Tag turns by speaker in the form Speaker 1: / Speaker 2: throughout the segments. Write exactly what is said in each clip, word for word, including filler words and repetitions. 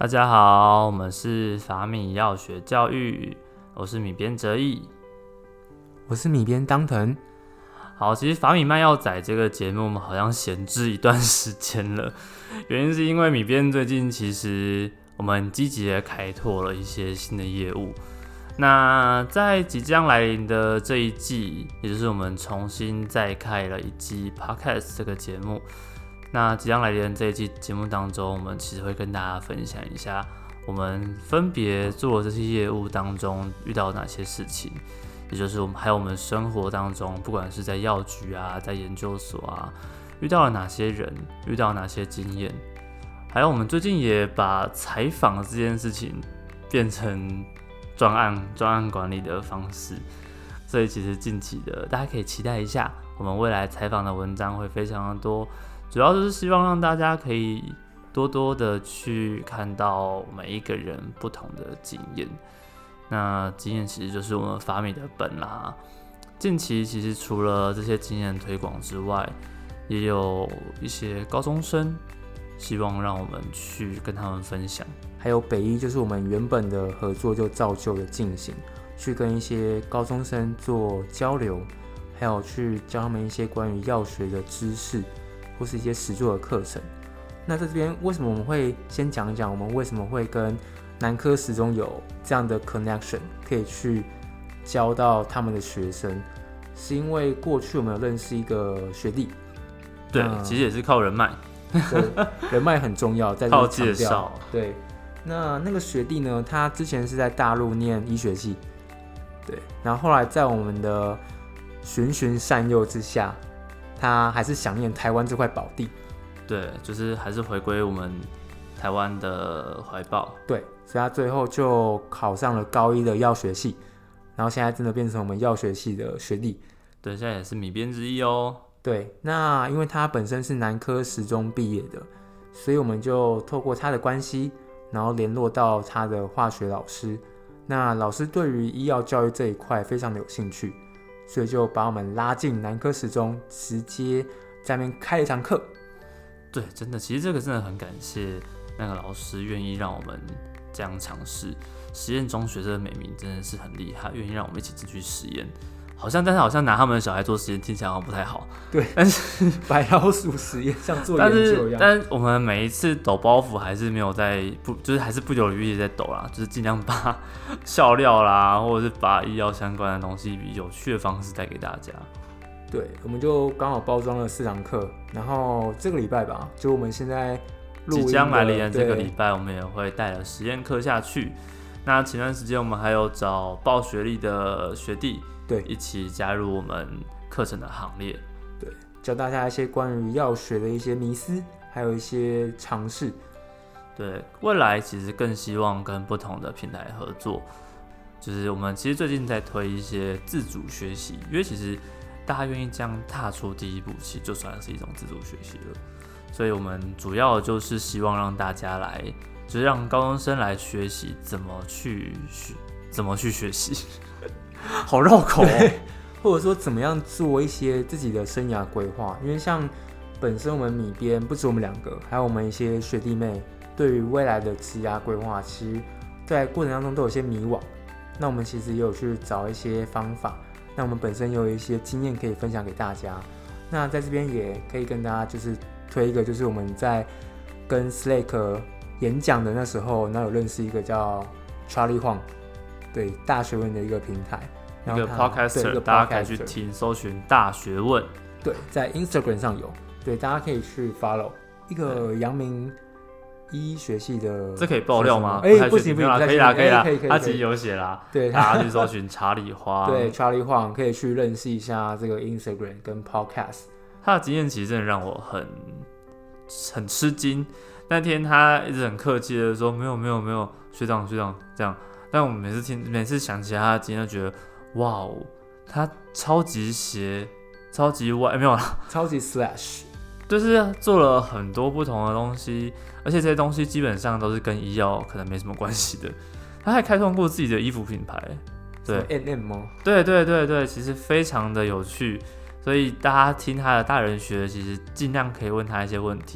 Speaker 1: 大家好，我们是法米药学教育，我是米边哲义，
Speaker 2: 我是米边当腾。
Speaker 1: 好，其实法米卖药仔这个节目我们好像闲置一段时间了，原因是因为米边最近其实我们积极的开拓了一些新的业务。那在即将来临的这一季，也就是我们重新再开了一季 Podcast 这个节目。那即将来临的这一季节目当中，我们其实会跟大家分享一下我们分别做的这些业务当中遇到哪些事情，也就是我们还有我们生活当中，不管是在药局啊，在研究所啊，遇到了哪些人，遇到哪些经验，还有我们最近也把采访这件事情变成专案专案管理的方式，所以其实近期的大家可以期待一下，我们未来采访的文章会非常的多。主要就是希望让大家可以多多的去看到每一个人不同的经验。那经验其实就是我们法米的本啦。近期其实除了这些经验推广之外，也有一些高中生希望让我们去跟他们分享。
Speaker 2: 还有北医就是我们原本的合作就照旧的进行，去跟一些高中生做交流，还有去教他们一些关于药学的知识。或是一些实作的课程。那在这边为什么我们会先讲一讲我们为什么会跟南科始终有这样的 connection 可以去教到他们的学生，是因为过去我们有认识一个学弟。
Speaker 1: 对，其实也是靠人脉。
Speaker 2: 对，人脉很重要，在这
Speaker 1: 靠
Speaker 2: 里强调。
Speaker 1: 介绍。
Speaker 2: 对，那那个学弟呢，他之前是在大陆念医学系，对，然后后来在我们的循循善诱之下，他还是想念台湾这块宝地，
Speaker 1: 对，就是还是回归我们台湾的怀抱。
Speaker 2: 对，所以他最后就考上了高一的药学系，然后现在真的变成我们药学系的学弟。
Speaker 1: 对，现在也是米边之一哦。
Speaker 2: 对，那因为他本身是南科十中毕业的，所以我们就透过他的关系，然后联络到他的化学老师。那老师对于医药教育这一块非常的有兴趣。所以就把我们拉进南科十中，直接在那边开了一堂课。
Speaker 1: 对，真的，其实这个真的很感谢那个老师愿意让我们这样尝试。实验中学这个美名真的是很厉害，愿意让我们一起进去实验。好像，但是好像拿他们的小孩做实验，听起来好像不太好。
Speaker 2: 对，
Speaker 1: 但是
Speaker 2: 白老鼠实验像做研究一样。
Speaker 1: 但是，但我们每一次抖包袱还是没有在不，就是还是不久余力在抖啦，就是尽量把笑料啦，或者是把医药相关的东西以有趣的方式带给大家。
Speaker 2: 对，我们就刚好包装了四堂课，然后这个礼拜吧，就我们现在录音的
Speaker 1: 即将来临的这个礼拜，我们也会带了实验课下去。那前段时间我们还有找报学历的学弟。对，一起加入我们课程的行列。
Speaker 2: 对，教大家一些关于药学的一些迷思，还有一些尝试。
Speaker 1: 对，未来其实更希望跟不同的平台合作。就是我们其实最近在推一些自主学习，因为其实大家愿意这样踏出第一步，其实就算是一种自主学习了。所以我们主要就是希望让大家来，就是让高中生来学习怎么去学，怎么去学习。好绕口哦，
Speaker 2: 或者说怎么样做一些自己的生涯规划，因为像本身我们米边不止我们两个，还有我们一些学弟妹，对于未来的职涯规划，其实在过程当中都有些迷惘。那我们其实也有去找一些方法，那我们本身也有一些经验可以分享给大家。那在这边也可以跟大家就是推一个，就是我们在跟 Slack 演讲的那时候，那有认识一个叫 Charlie Huang。对，大学问的一个平台，
Speaker 1: 一个 podcaster， 大家可以去听，搜寻大学问。
Speaker 2: 对，在 Instagram 上有，对，大家可以去 follow 一个阳明医学系的。
Speaker 1: 这可以爆料吗？
Speaker 2: 哎、欸，不行不行，
Speaker 1: 可以啦可以啦，
Speaker 2: 可以可以，
Speaker 1: 他其实有写啦。
Speaker 2: 对，
Speaker 1: 大家去搜寻查理花。
Speaker 2: 对 ，Charlie Huang 可以去认识一下这个 Instagram 跟 podcast。
Speaker 1: 他的经验其实真的让我很很吃惊。那天他一直很客气的说：“没有没有没有，学长学长这样。”但我们每次听，每次想起他的经验，就觉得哇哦，他超级斜，超级歪，没有啦，
Speaker 2: 超级 slash，
Speaker 1: 就是做了很多不同的东西，而且这些东西基本上都是跟医药可能没什么关系的。他还开创过自己的衣服品牌，对
Speaker 2: ，N M 吗？
Speaker 1: 对对对对，其实非常的有趣，所以大家听他的大人学，其实尽量可以问他一些问题。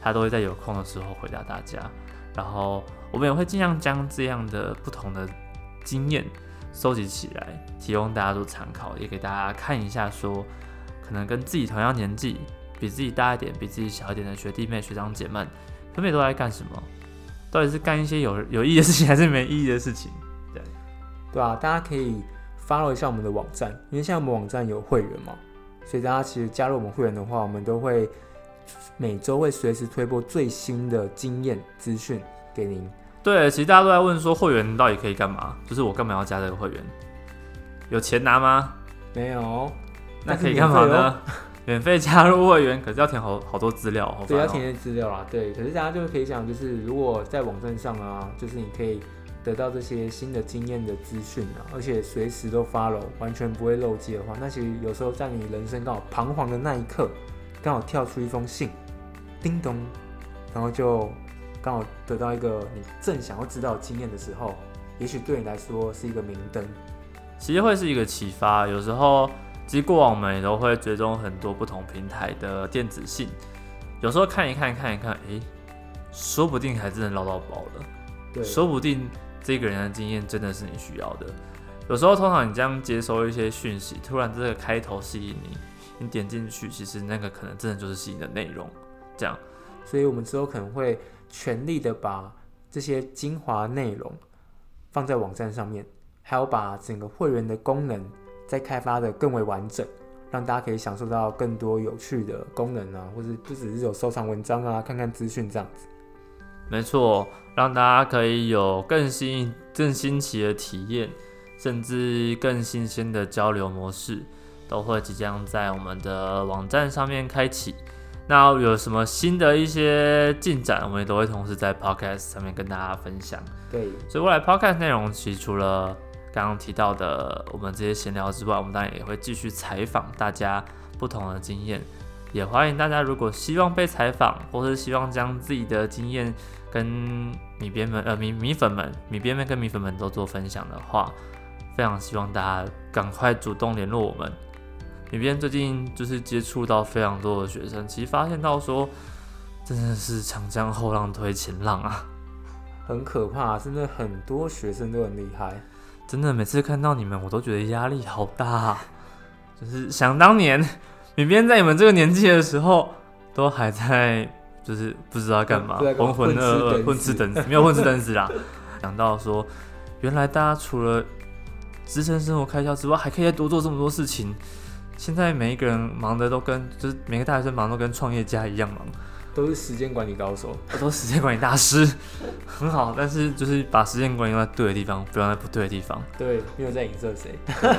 Speaker 1: 他都会在有空的时候回答大家。然后我们也会尽量将这样的不同的经验收集起来，提供大家做参考，也给大家看一下说，可能跟自己同样年纪、比自己大一点、比自己小一点的学弟妹、学长姐们，分别都在干什么？到底是干一些有有意义的事情，还是没意义的事情？对，
Speaker 2: 对啊，大家可以 follow 一下我们的网站，因为现在我们网站有会员嘛，所以大家其实加入我们会员的话，我们都会每周会随时推播最新的经验资讯给您。
Speaker 1: 对，其实大家都在问说，会员到底可以干嘛？就是我干嘛要加这个会员？有钱拿吗？
Speaker 2: 没有，
Speaker 1: 那可以干嘛呢？免费加入会员，可是要填好好多资料，好烦哦。
Speaker 2: 对，要填些资料啦。对，可是大家就可以想，就是如果在网站上啊，就是你可以得到这些新的经验的资讯啊，而且随时都 follow， 完全不会漏接的话，那其实有时候在你人生刚好彷徨的那一刻，刚好跳出一封信，叮咚，然后就刚好得到一个你正想要知道的经验的时候，也许对你来说是一个明灯。
Speaker 1: 其实会是一个启发。有时候，其实过往我们也都会追踪很多不同平台的电子信，有时候看一看看一看，哎，说不定还真的捞到宝了。
Speaker 2: 对，
Speaker 1: 说不定这个人的经验真的是你需要的。有时候，通常你这样接收一些讯息，突然这个开头吸引你，你点进去，其实那个可能真的就是吸引的内容。这样，
Speaker 2: 所以我们之后可能会全力的把这些精华内容放在网站上面，还有把整个会员的功能再开发的更为完整，让大家可以享受到更多有趣的功能啊，或者不只是有收藏文章啊、看看资讯这样子。
Speaker 1: 没错，让大家可以有更新、更新奇的体验，甚至更新鲜的交流模式，都会即将在我们的网站上面开启。那有什么新的一些进展，我们也都会同时在 Podcast 上面跟大家分享。
Speaker 2: 对，
Speaker 1: 所以未来 Podcast 内容其实除了刚刚提到的我们这些闲聊之外，我们当然也会继续采访大家不同的经验。也欢迎大家，如果希望被采访，或是希望将自己的经验跟米编们、呃米米粉们、米编们跟米粉们都做分享的话，非常希望大家赶快主动联络我们。米编最近就是接触到非常多的学生，其实发现到说，真的是长江后浪推前浪啊，
Speaker 2: 很可怕，真的很多学生都很厉害。
Speaker 1: 真的每次看到你们，我都觉得压力好大啊。就是想当年，米编在你们这个年纪的时候，都还在就是不知道干嘛，浑浑噩噩、混吃等死，没有混吃等死啦。想到说，原来大家除了支撑生活开销之外，还可以再多做这么多事情。现在每一个人忙的都跟，就是每个大学生忙都跟创业家一样忙，
Speaker 2: 都是时间管理高手，
Speaker 1: 都是时间管理大师，很好。但是就是把时间管理用在对的地方，不用在不对的地方。
Speaker 2: 对，没有在影射谁。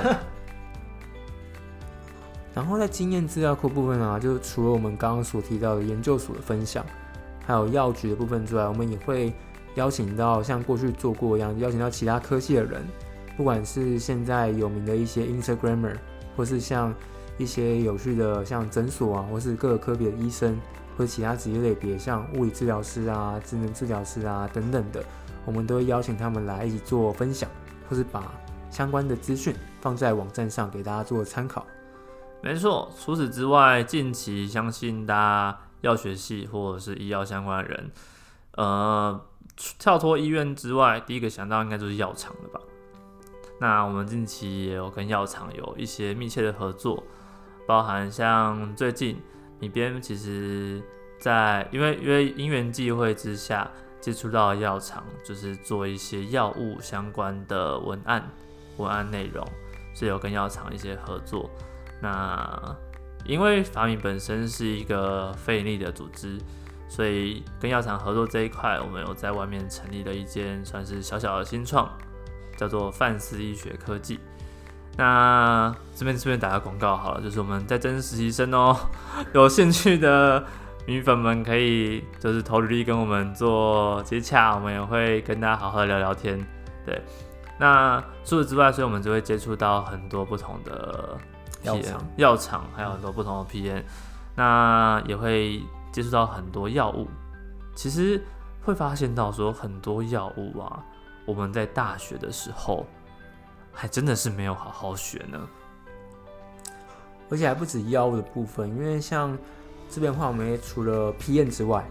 Speaker 2: 然后在经验资料库部分啊，就除了我们刚刚所提到的研究所的分享，还有药局的部分之外，我们也会邀请到像过去做过一样，邀请到其他科系的人，不管是现在有名的一些 Instagrammer， 或是像一些有趣的像诊所啊，或是各个科别的医生，或者其他职业类别，像物理治疗师啊、智能治疗师啊等等的，我们都会邀请他们来一起做分享，或是把相关的资讯放在网站上给大家做参考。
Speaker 1: 没错，除此之外，近期相信大家药学系或者是医药相关的人，呃，跳脱医院之外，第一个想到应该就是药厂了吧？那我们近期也有跟药厂有一些密切的合作，包含像最近米编其实在因为因为因缘际会之下接触到药厂，就是做一些药物相关的文案文案内容，所以有跟药厂一些合作。那因为法米本身是一个非营利的组织，所以跟药厂合作这一块，我们有在外面成立了一间算是小小的新创，叫做范斯医学科技。那这边顺便打个广告好了，就是我们在征实习生哦，有兴趣的女粉们可以就是投履历跟我们做接洽，我们也会跟大家好好的聊聊天。对，那除此之外，所以我们就会接触到很多不同的
Speaker 2: 药厂，
Speaker 1: 药厂还有很多不同的 P M， 那也会接触到很多药物。其实会发现到说很多药物啊，我们在大学的时候还真的是没有好好学呢。
Speaker 2: 而且还不止药物的部分，因为像这边的话，我们也除了 P M 之外，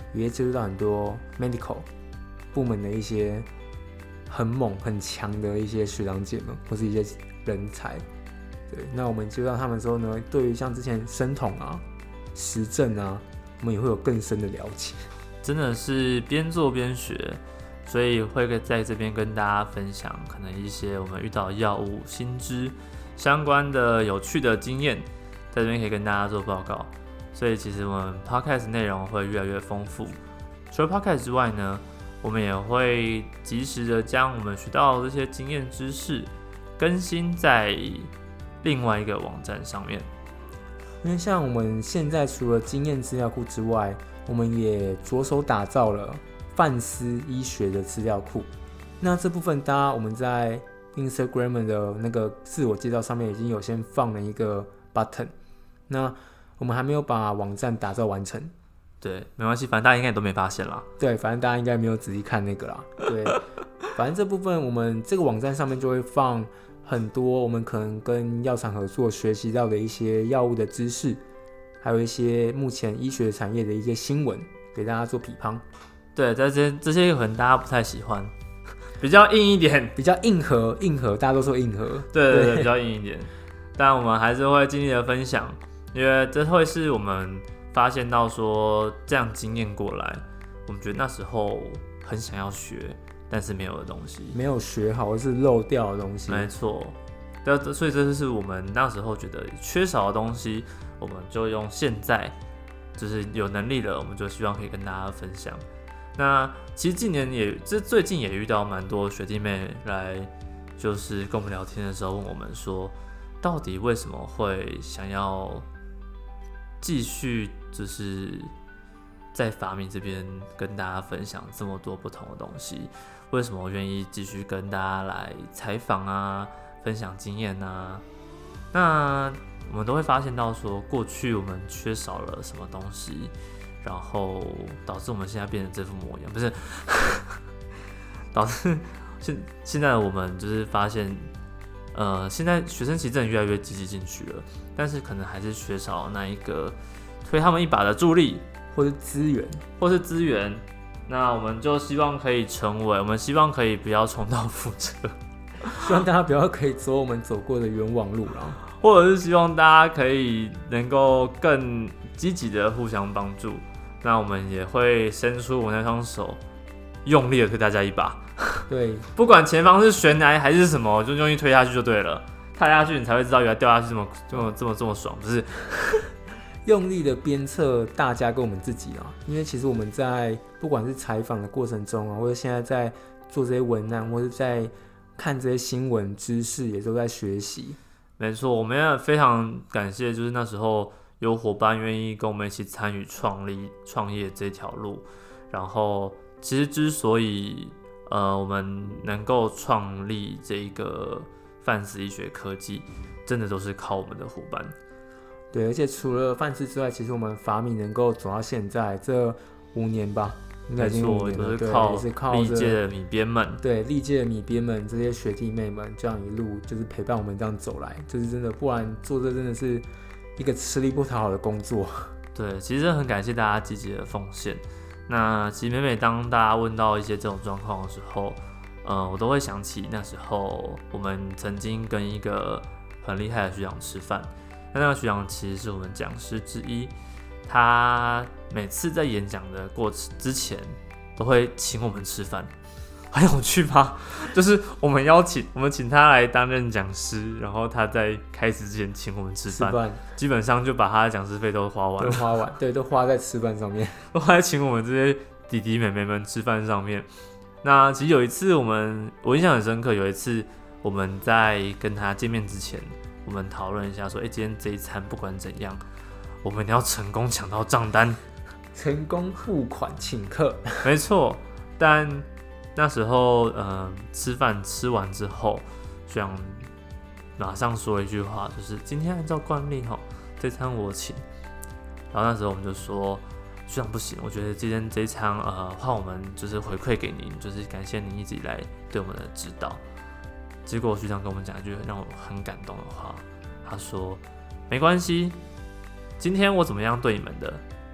Speaker 2: 也会接触到很多 medical 部门的一些很猛很强的一些学长姐们或是一些人才。对，那我们接触到他们之后呢，对于像之前生统啊、实证啊，我们也会有更深的了解。
Speaker 1: 真的是边做边学，所以会在这边跟大家分享可能一些我们遇到药物新知相关的有趣的经验，在这边可以跟大家做报告。所以其实我们 podcast 内容会越来越丰富。除了 podcast 之外呢，我们也会及时的将我们学到的这些经验知识更新在另外一个网站上面。
Speaker 2: 因为像我们现在除了经验资料库之外，我们也着手打造了范斯医学的资料库。那这部分大家我们在 Instagram 的那个自我介绍上面已经有先放了一个 button， 那我们还没有把网站打造完成。
Speaker 1: 对，没关系，反正大家应该也都没发现啦。
Speaker 2: 对，反正大家应该没有仔细看那个啦。对，反正这部分我们这个网站上面就会放很多我们可能跟药厂合作学习到的一些药物的知识，还有一些目前医学产业的一些新闻，给大家做批判。
Speaker 1: 对，这些这些可能大家不太喜欢，比较硬一点，
Speaker 2: 比较硬核，硬核，大家都说硬核。
Speaker 1: 对对 对, 对，比较硬一点。但我们还是会尽力的分享，因为这会是我们发现到说这样经验过来，我们觉得那时候很想要学，但是没有的东西，
Speaker 2: 没有学好或是漏掉的东西。
Speaker 1: 没错，所以这是我们那时候觉得缺少的东西，我们就用现在就是有能力了，我们就希望可以跟大家分享。那其实近年也，这最近也遇到蛮多学弟妹来，就是跟我们聊天的时候问我们说，到底为什么会想要继续就是在法米这边跟大家分享这么多不同的东西？为什么我愿意继续跟大家来采访啊，分享经验啊？那我们都会发现到说，过去我们缺少了什么东西，然后导致我们现在变成这副模样，不是导致现现在我们就是发现，呃，现在学生其实真的越来越积极进去了，但是可能还是缺少那一个推他们一把的助力，
Speaker 2: 或是资源，
Speaker 1: 或是资源。那我们就希望可以成为，我们希望可以不要重蹈覆辙，
Speaker 2: 希望大家不要可以走我们走过的冤枉路啦，
Speaker 1: 或者是希望大家可以能够更积极的互相帮助。那我们也会伸出我那双手，用力的推大家一把。
Speaker 2: 对，
Speaker 1: 不管前方是悬崖还是什么，就用力推下去就对了。踏下去你才会知道，原来掉下去这么这么这么这么爽，不是？
Speaker 2: 用力的鞭策大家跟我们自己啊，因为其实我们在不管是采访的过程中啊，或者现在在做这些文案，或者在看这些新闻知识，也都在学习。
Speaker 1: 没错，我们也非常感谢，就是那时候有伙伴愿意跟我们一起参与创立创业这条路。然后，其实之所以呃我们能够创立这个范斯医学科技，真的都是靠我们的伙伴。
Speaker 2: 对，而且除了范斯之外，其实我们法米能够走到现在这五年吧，应该已经五年了，
Speaker 1: 没错，
Speaker 2: 都是靠
Speaker 1: 历届的米编们，
Speaker 2: 对，历届的米编们这些学弟妹们，这样一路就是陪伴我们这样走来，就是真的，不然做这真的是一个吃力不讨好的工作。
Speaker 1: 对，其实很感谢大家积极的奉献。那其实每每当大家问到一些这种状况的时候，呃，我都会想起那时候我们曾经跟一个很厉害的学长吃饭。那那个学长其实是我们讲师之一，他每次在演讲的过程之前都会请我们吃饭，很有趣吧？就是我们邀请我们请他来担任讲师，然后他在开始之前请我们吃饭，
Speaker 2: 吃饭
Speaker 1: 基本上就把他的讲师费都花完了，
Speaker 2: 都花完，对，都花在吃饭上面，
Speaker 1: 都花在请我们这些弟弟妹妹们吃饭上面。那其实有一次我们我印象很深刻，有一次我们在跟他见面之前，我们讨论一下说，哎、欸，今天这一餐不管怎样，我们要成功抢到账单，
Speaker 2: 成功付款请客。
Speaker 1: 没错，但那时候，呃，吃饭吃完之后，学长马上说了一句话，就是今天按照惯例哈，这餐我请。然后那时候我们就说，学长不行，我觉得今天这一餐，呃，换我们就是回馈给您，就是感谢您一直以来对我们的指导。结果学长跟我们讲一句让我很感动的话，他说：“没关系，今天我怎么样对你们的，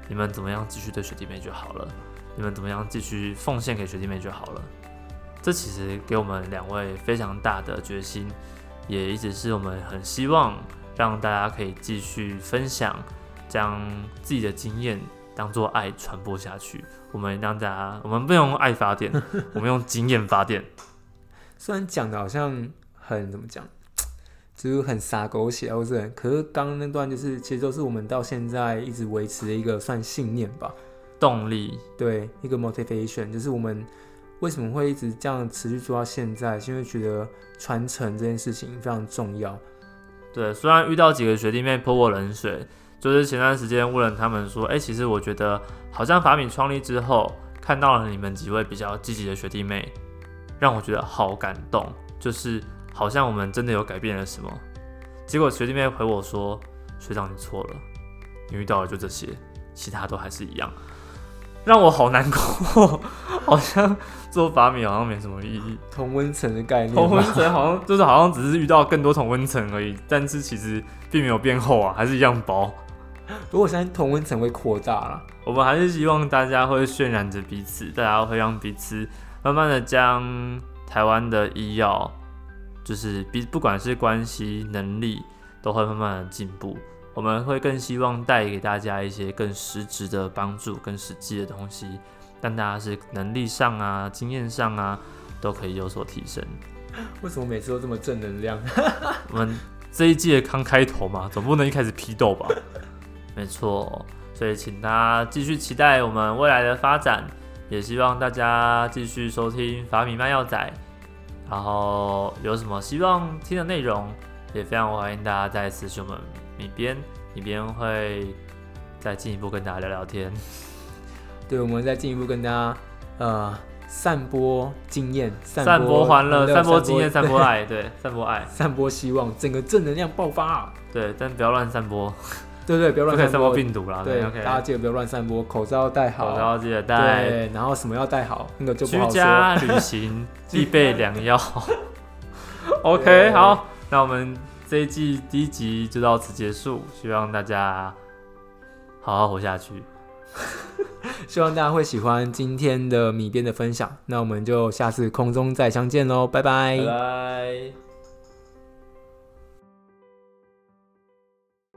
Speaker 1: 你们怎么样继续对学弟妹就好了，你们怎么样继续奉献给学弟妹就好了。这其实给我们两位非常大的决心，也一直是我们很希望让大家可以继续分享，将自己的经验当作爱传播下去。我们让大家，我们不用爱发电，我们用经验发电。
Speaker 2: 虽然讲的好像很怎么讲，就是很洒狗血或者很，可是刚刚那段就是其实都是我们到现在一直维持的一个算信念吧，
Speaker 1: 动力，
Speaker 2: 对，一个 motivation， 就是我们为什么会一直这样持续做到现在，是因为觉得传承这件事情非常重要。
Speaker 1: 对，虽然遇到几个学弟妹泼我冷水，就是前段时间问了他们说，哎、欸，其实我觉得好像法米创立之后，看到了你们几位比较积极的学弟妹，让我觉得好感动，就是好像我们真的有改变了什么。结果学弟妹回我说，学长你错了，你遇到的就这些，其他都还是一样，让我好难过，好像做法米好像没什么意义。
Speaker 2: 同温层的概念，
Speaker 1: 同温层好像就是好像只是遇到更多同温层而已，但是其实并没有变厚啊，还是一样薄。
Speaker 2: 不过我相信同温层会扩大啦。
Speaker 1: 我们还是希望大家会渲染着彼此，大家会让彼此慢慢的将台湾的医药，就是不管是关系能力，都会慢慢的进步。我们会更希望带给大家一些更实质的帮助、更实际的东西，但大家是能力上啊、经验上啊，都可以有所提升。
Speaker 2: 为什么每次都这么正能量？
Speaker 1: 我们这一季的刚开头嘛，总不能一开始批斗吧？没错，所以请大家继续期待我们未来的发展，也希望大家继续收听法米慢药仔，然后有什么希望听的内容，也非常欢迎大家再私讯我们米边，米边会再进一步跟大家聊聊天。
Speaker 2: 对，我们再进一步跟大家呃散播经验，
Speaker 1: 散播欢乐，散播经验，散播爱，对，散播爱，
Speaker 2: 散播希望，整个正能量爆发。
Speaker 1: 对，但不要乱散播。
Speaker 2: 对对，不要乱
Speaker 1: 散播病毒啦。
Speaker 2: 对，
Speaker 1: okay，
Speaker 2: 大家记得不要乱散播，口罩戴好，
Speaker 1: 口罩记得戴。
Speaker 2: 对，然后什么要戴好，那个就不好说。
Speaker 1: 居家旅行必备良药。OK， 好，那我们这一季第一集就到此结束，希望大家好好活下去。
Speaker 2: 希望大家会喜欢今天的米边的分享，那我们就下次空中再相见喽，拜拜。
Speaker 1: 拜拜。